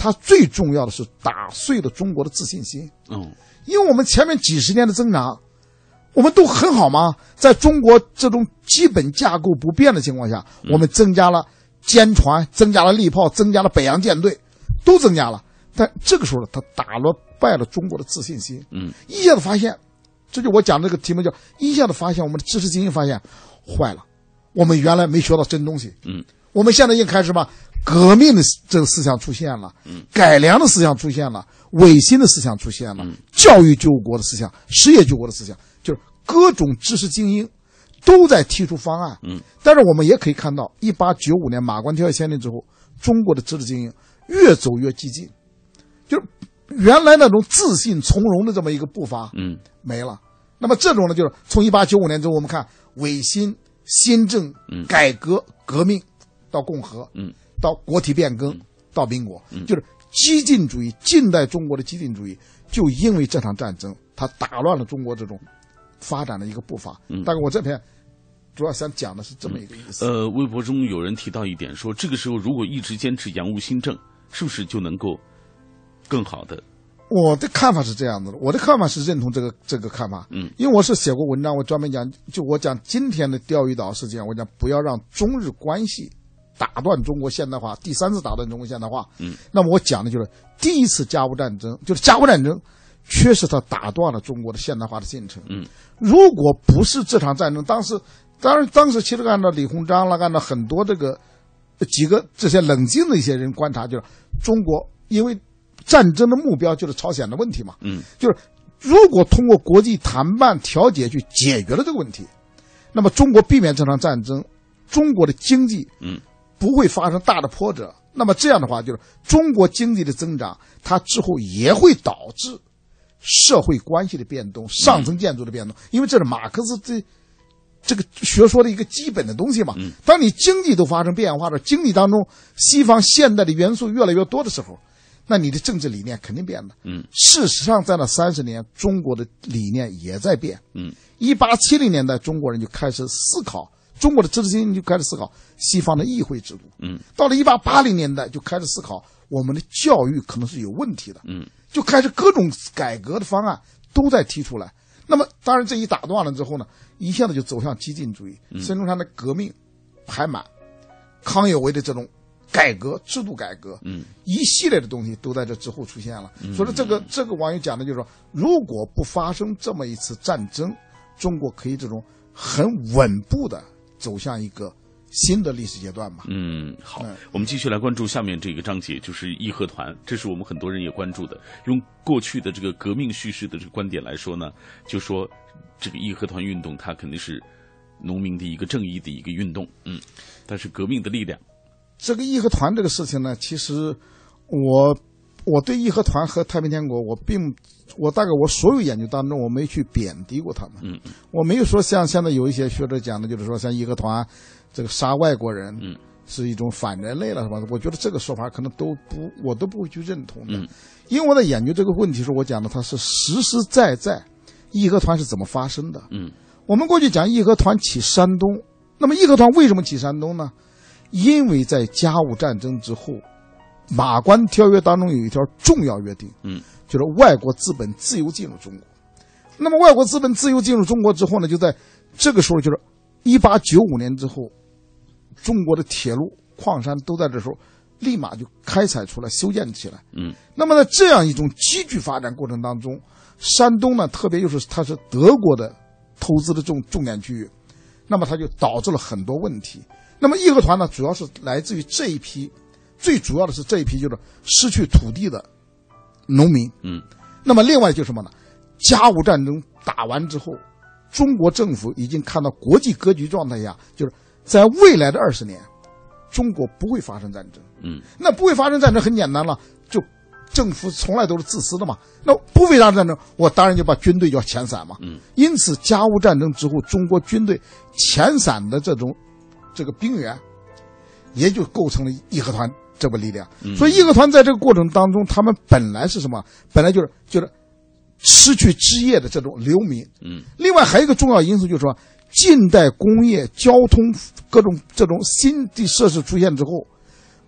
Speaker 4: 它最重要的是打碎了中国的自信心。因为我们前面几十年的增长，我们都很好吗？在中国这种基本架构不变的情况下，我们增加了坚船，增加了利炮，增加了北洋舰队，都增加了。但这个时候呢，他打败了中国的自信心。一下子发现，这就我讲这个题目叫一下子发现我们的知识精英发现坏了，我们原来没学到真东西。我们现在已经开始嘛，革命的这个思想出现了，改良的思想出现了，维新的思想出现了，教育救国的思想，实业救国的思想，就是各种知识精英都在提出方案。但是我们也可以看到1895年马关条约签订之后，中国的知识精英越走越激进，就是原来那种自信从容的这么一个步伐没了。那么这种呢，就是从1895年之后，我们看维新、新政、改革、革命到共和，到国体变更，到民国，就是激进主义，近代中国的激进主义，就因为这场战争，它打乱了中国这种发展的一个步伐。但是我这篇主要想讲的是这么一个意思。
Speaker 2: 微博中有人提到一点说，这个时候如果一直坚持洋务新政，是不是就能够更好的？
Speaker 4: 我的看法是这样子的，我的看法是认同这个看法。因为我是写过文章，我专门讲，就我讲今天的钓鱼岛事件，我讲不要让中日关系打断中国现代化，第三次打断中国现代化。那么我讲的就是第一次甲午战争，就是甲午战争确实它打断了中国的现代化的进程。如果不是这场战争，当时其实按照李鸿章了，按照很多几个这些冷静的一些人观察，就是中国因为战争的目标就是朝鲜的问题嘛，就是如果通过国际谈判调解去解决了这个问题，那么中国避免这场战争，中国的经济不会发生大的波折。那么这样的话，就是中国经济的增长，它之后也会导致社会关系的变动，上层建筑的变动，因为这是马克思这个学说的一个基本的东西嘛。当你经济都发生变化的，经济当中西方现代的元素越来越多的时候，那你的政治理念肯定变的。事实上在那30年，中国的理念也在变。1870年代，中国人就开始思考，中国的知识精英就开始思考西方的议会制度。到了1880年代，就开始思考我们的教育可能是有问题的。就开始各种改革的方案都在提出来。那么当然这一打断了之后呢，一下子就走向激进主义。孙中山的革命排满，康有为的这种改革，制度改革，一系列的东西都在这之后出现了。所以这个网友讲的就是说，如果不发生这么一次战争，中国可以这种很稳步的走向一个新的历史阶段吧。
Speaker 2: 好，我们继续来关注下面这个章节，就是义和团，这是我们很多人也关注的。用过去的这个革命叙事的这个观点来说呢，就说这个义和团运动它肯定是农民的一个正义的一个运动，但是革命的力量。
Speaker 4: 这个义和团这个事情呢，其实我对义和团和太平天国，我大概我所有研究当中，我没去贬低过他们。我没有说像现在有一些学者讲的，就是说像义和团这个杀外国人是一种反人类了，是吧？我觉得这个说法可能我都不会去认同的。因为我在研究这个问题时候，我讲的它是实实在在义和团是怎么发生的。我们过去讲义和团起山东，那么义和团为什么起山东呢？因为在甲午战争之后，马关条约当中有一条重要约定，就是外国资本自由进入中国。那么外国资本自由进入中国之后呢，就在这个时候，就是1895年之后，中国的铁路、矿山都在这时候立马就开采出来、修建起来。那么在这样一种急剧发展过程当中，山东呢，特别又是它是德国的投资的重点区域，那么它就导致了很多问题。那么义和团呢，主要是来自于这一批，最主要的是这一批就是失去土地的农民。那么另外就是什么呢？甲午战争打完之后，中国政府已经看到国际格局状态下，就是在未来的20年，中国不会发生战争。那不会发生战争很简单了，就政府从来都是自私的嘛。那不会发生战争，我当然就把军队要遣散嘛。因此甲午战争之后，中国军队遣散的这个兵员，也就构成了义和团这个力量。所以义和团在这个过程当中，他们本来是什么？本来就是失去枝叶的这种流民。另外还有一个重要因素就是说，近代工业、交通各种这种新的设施出现之后，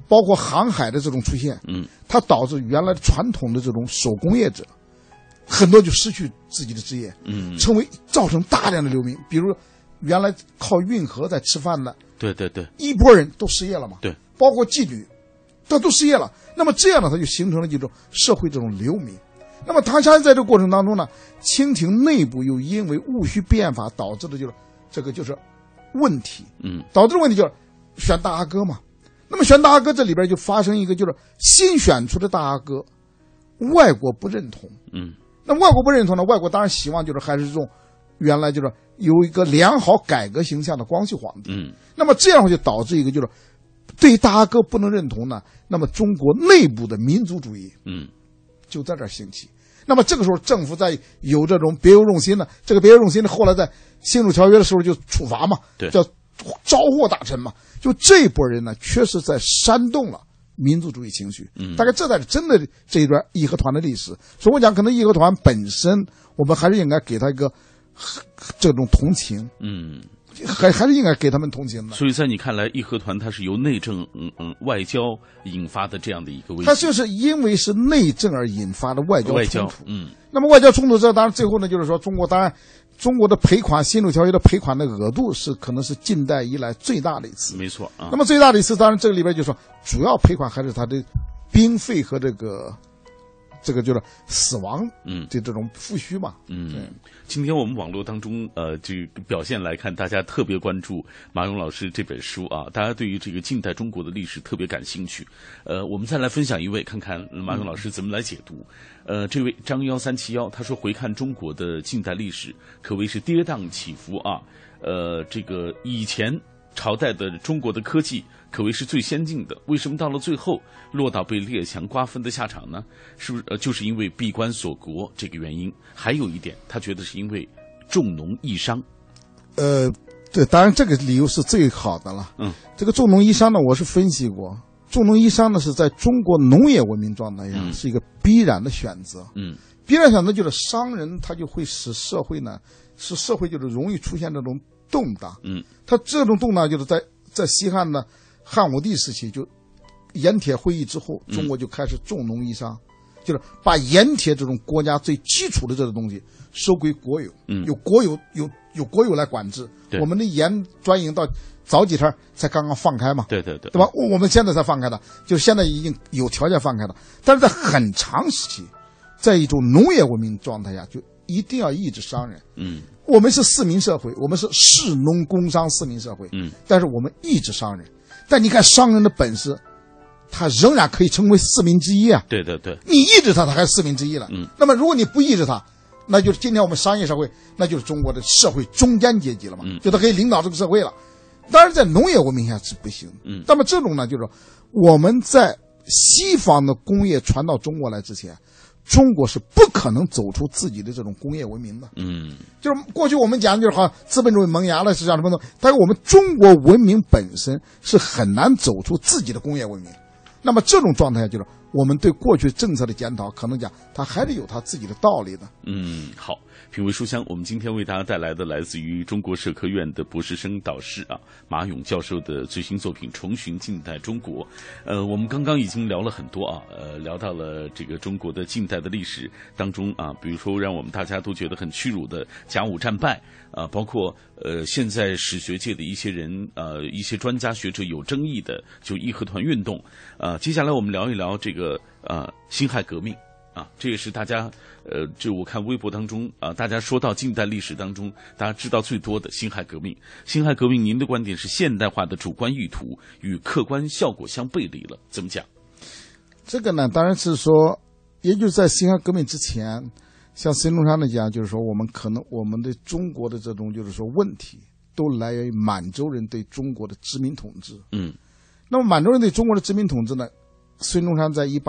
Speaker 4: 包括航海的这种出现，它导致原来传统的这种手工业者很多就失去自己的职业，造成大量的流民。比如原来靠运河在吃饭的，
Speaker 2: 对，
Speaker 4: 一波人都失业了嘛，
Speaker 2: 对，
Speaker 4: 包括妓女，都失业了。那么这样呢，它就形成了这种社会这种流民。那么他在这个过程当中呢，清廷内部又因为戊戌变法导致的就是这个就是问题，导致的问题就是选大阿哥嘛。那么选大阿哥这里边就发生一个就是新选出的大阿哥，外国不认同，那外国不认同呢，外国当然希望就是还是这种原来就是有一个良好改革形象的光绪皇帝，那么这样就导致一个就是对大阿哥不能认同呢，那么中国内部的民族主义，就在这儿兴起。那么这个时候政府在有这种别有用心呢，这个别有用心呢，后来在辛丑条约的时候就处罚嘛，叫招获大臣嘛，就这波人呢，确实在煽动了民族主义情绪。大概这才是真的这一段义和团的历史。所以我讲，可能义和团本身，我们还是应该给他一个这种同情，还是应该给他们同情的。
Speaker 2: 所以在你看来，义和团它是由内政外交引发的这样的一个危机。
Speaker 4: 它就是因为是内政而引发的外交冲突。
Speaker 2: 那
Speaker 4: 么外交冲突这当然最后呢，就是说中国的赔款，辛丑条约的赔款的额度是可能是近代以来最大的一次。
Speaker 2: 没错啊。
Speaker 4: 那么最大的一次，当然这个里边就说主要赔款还是他的兵费和这个就是死亡的这种负虚嘛。
Speaker 2: 今天我们网络当中这个表现来看，大家特别关注马勇老师这本书啊，大家对于这个近代中国的历史特别感兴趣。我们再来分享一位，看看马勇老师怎么来解读。这位张1371他说，回看中国的近代历史，可谓是跌宕起伏啊。这个以前朝代的中国的科技可谓是最先进的，为什么到了最后落到被列强瓜分的下场呢？是不是就是因为闭关锁国这个原因？还有一点，他觉得是因为重农抑商。
Speaker 4: 对，当然这个理由是最好的了。这个重农抑商呢，我是分析过，重农抑商呢是在中国农业文明状态下是一个必然的选择。必然选择就是商人他就会使社会就是容易出现这种动荡。他这种动荡就是在西汉呢，汉武帝时期就盐铁会议之后，中国就开始重农抑商，就是把盐铁这种国家最基础的这个东西收归国有，有国有来管制。我们的盐专营到早几天才刚刚放开嘛，对吧？我们现在才放开的，就是现在已经有条件放开的，但是在很长时期，在一种农业文明状态下，就一定要抑制商人。我们是市民社会，我们是士农工商四民社会，但是我们抑制商人。但你看商人的本事，他仍然可以成为四民之一啊。对，你抑制他还是四民之一了。那么如果你不抑制他，那就是今天我们商业社会，那就是中国的社会中间阶级了嘛，就他可以领导这个社会了。当然在农业文明下是不行。那么这种呢，就是说我们在西方的工业传到中国来之前，中国是不可能走出自己的这种工业文明的。就是过去我们讲就是好像资本主义萌芽了，是这样的风格，但是我们中国文明本身是很难走出自己的工业文明。那么这种状态就是我们对过去政策的检讨，可能讲它还是有它自己的道理的。
Speaker 2: 好，品味书香，我们今天为大家带来的来自于中国社科院的博士生导师马勇教授的最新作品《重寻近代中国》。我们刚刚已经聊了很多聊到了这个中国的近代的历史当中比如说让我们大家都觉得很屈辱的甲午战败包括现在史学界的一些人一些专家学者有争议的就义和团运动接下来我们聊一聊这个辛亥革命这也是大家就我看微博当中大家说到近代历史当中大家知道最多的辛亥革命。辛亥革命您的观点是现代化的主观意图与客观效果相背离了，怎么讲？
Speaker 4: 这个呢当然是说也就是在辛亥革命之前，像孙中山的讲，就是说我们的中国的这种就是说问题都来源于满洲人对中国的殖民统治。那么满洲人对中国的殖民统治呢，孙中山在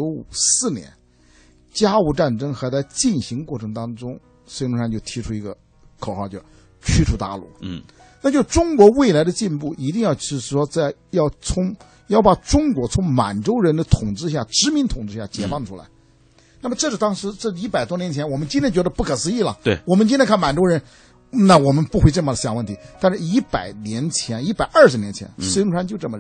Speaker 4: 1894年甲午战争还在进行过程当中，孙中山就提出一个口号，叫驱除鞑虏。那就中国未来的进步一定要是说要把中国从满洲人的统治下殖民统治下解放出来。那么这是当时这100多年前，我们今天觉得不可思议了。对，我们今天看满洲人，那我们不会这么想问题。但是100年前、120年前，孙中山就这么认为。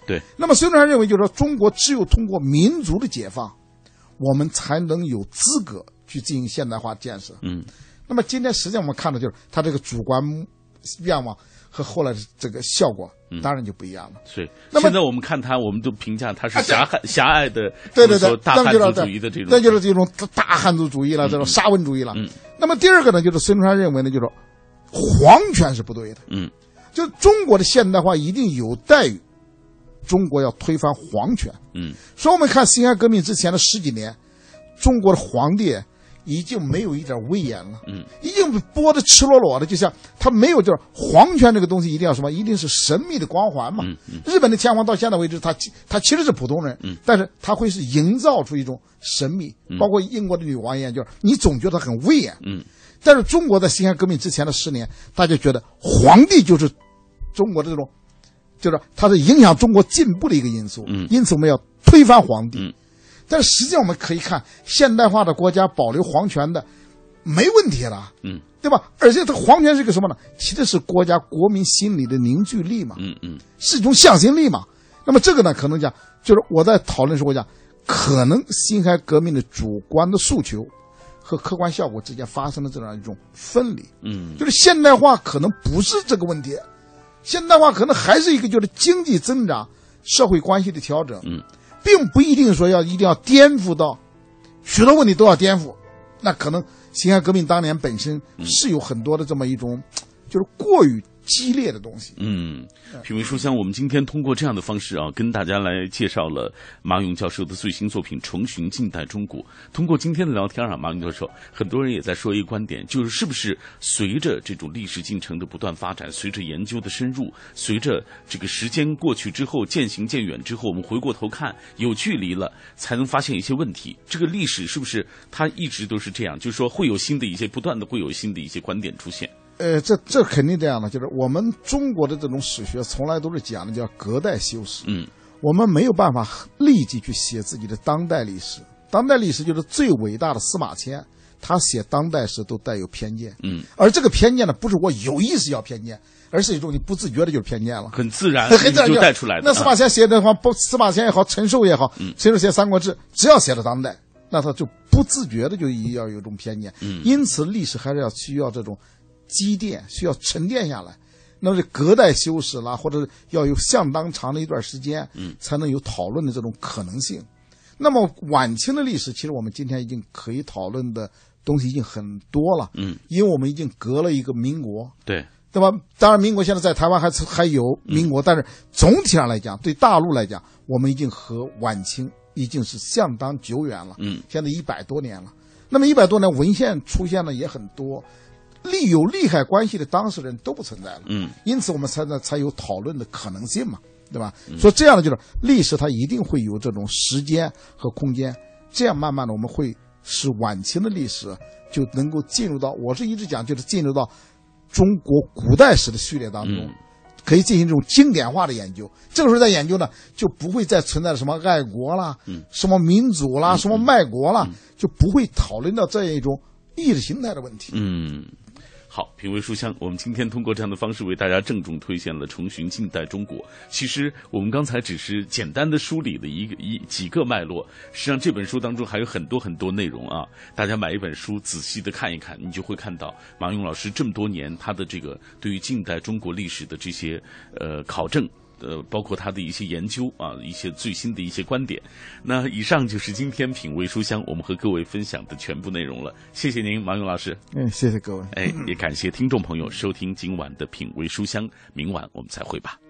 Speaker 2: 对。
Speaker 4: 那么孙中山认为，就是说中国只有通过民族的解放，我们才能有资格去进行现代化建设。那么今天实际上我们看到，就是他这个主观愿望和后来的这个效果，当然就不一样了。
Speaker 2: 是。那么现在我们看他，我们都评价他是狭隘的，
Speaker 4: 对，
Speaker 2: 大汉族主义的这种，
Speaker 4: 那就是这种大汉族主义了，这种沙文主义了。那么第二个呢，就是孙中山认为呢，就是皇权是不对的。就中国的现代化一定有待于中国要推翻皇权。所以我们看辛亥革命之前的10几年，中国的皇帝已经没有一点威严了，已经剥得赤裸裸的，就像他没有，就是皇权这个东西一定要什么，一定是神秘的光环嘛。日本的天皇到现在为止，他其实是普通人，但是他会是营造出一种神秘，包括英国的女王一样，就是你总觉得很威严。但是中国在辛亥革命之前的10年，大家觉得皇帝就是中国的这种，就是它是影响中国进步的一个因素。因此我们要推翻皇帝。但是实际上我们可以看，现代化的国家保留皇权的没问题了，对吧？而且这皇权是个什么呢？其实是国家国民心理的凝聚力嘛，是一种向心力嘛。那么这个呢，可能讲就是我在讨论的时候讲，可能辛亥革命的主观的诉求和客观效果之间发生了这样一种分离。就是现代化可能不是这个问题，现代化可能还是一个就是经济增长、社会关系的调整。并不一定说一定要颠覆到许多问题都要颠覆，那可能辛亥革命当年本身是有很多的这么一种就是过于激烈的东西。
Speaker 2: 品味书香，我们今天通过这样的方式啊，跟大家来介绍了马勇教授的最新作品《重寻近代中国》。通过今天的聊天啊，马勇教授，很多人也在说一个观点，就是是不是随着这种历史进程的不断发展，随着研究的深入，随着这个时间过去之后，渐行渐远之后，我们回过头看，有距离了，才能发现一些问题。这个历史是不是它一直都是这样？就是说会有新的一些，不断的会有新的一些观点出现。
Speaker 4: 这肯定这样的，就是我们中国的这种史学从来都是讲的叫隔代修史。我们没有办法立即去写自己的当代历史。当代历史就是最伟大的司马迁，他写当代史都带有偏见。而这个偏见呢，不是我有意识要偏见，而是一种你不自觉的就是偏见了，
Speaker 2: 很自然就带出来的。
Speaker 4: 那司马迁写的话，司马迁也好，陈寿也好，陈寿写《三国志》，只要写到当代，那他就不自觉的就要有一种偏见。因此历史还是需要这种积淀，需要沉淀下来，那么隔代修史啦，或者是要有相当长的一段时间，才能有讨论的这种可能性。那么晚清的历史，其实我们今天已经可以讨论的东西已经很多了，因为我们已经隔了一个民国，对吧？当然，民国现在在台湾还有民国，但是总体上来讲，对大陆来讲，我们已经和晚清已经是相当久远了，现在100多年了。那么100多年文献出现的也很多。有利害关系的当事人都不存在了，因此我们才有讨论的可能性嘛，对吧？所以这样的就是历史，它一定会有这种时间和空间，这样慢慢的我们会使晚清的历史就能够进入到，我是一直讲就是进入到中国古代史的序列当中，可以进行这种经典化的研究。这个时候在研究呢，就不会再存在什么爱国啦，什么民主啦，什么卖国啦，就不会讨论到这样一种意识形态的问题。
Speaker 2: 好，品味书香，我们今天通过这样的方式为大家郑重推荐了《重寻近代中国》。其实我们刚才只是简单的梳理了几个脉络，实际上这本书当中还有很多很多内容啊。大家买一本书仔细的看一看，你就会看到马勇老师这么多年他的这个对于近代中国历史的这些考证。包括他的一些研究啊，一些最新的一些观点。那以上就是今天品味书香我们和各位分享的全部内容了。谢谢您，马勇老师。
Speaker 4: 谢谢各位。
Speaker 2: 也感谢听众朋友收听今晚的品味书香，明晚我们再会吧。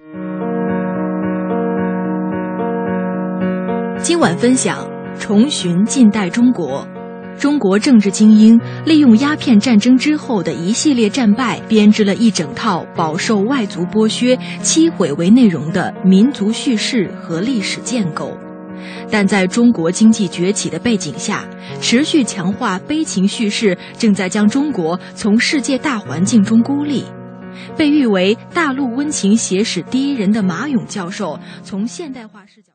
Speaker 3: 今晚分享重寻近代中国。中国政治精英利用鸦片战争之后的一系列战败，编织了一整套饱受外族剥削、摧毁为内容的民族叙事和历史建构。但在中国经济崛起的背景下，持续强化悲情叙事正在将中国从世界大环境中孤立。被誉为大陆温情写史第一人的马勇教授，从现代化视角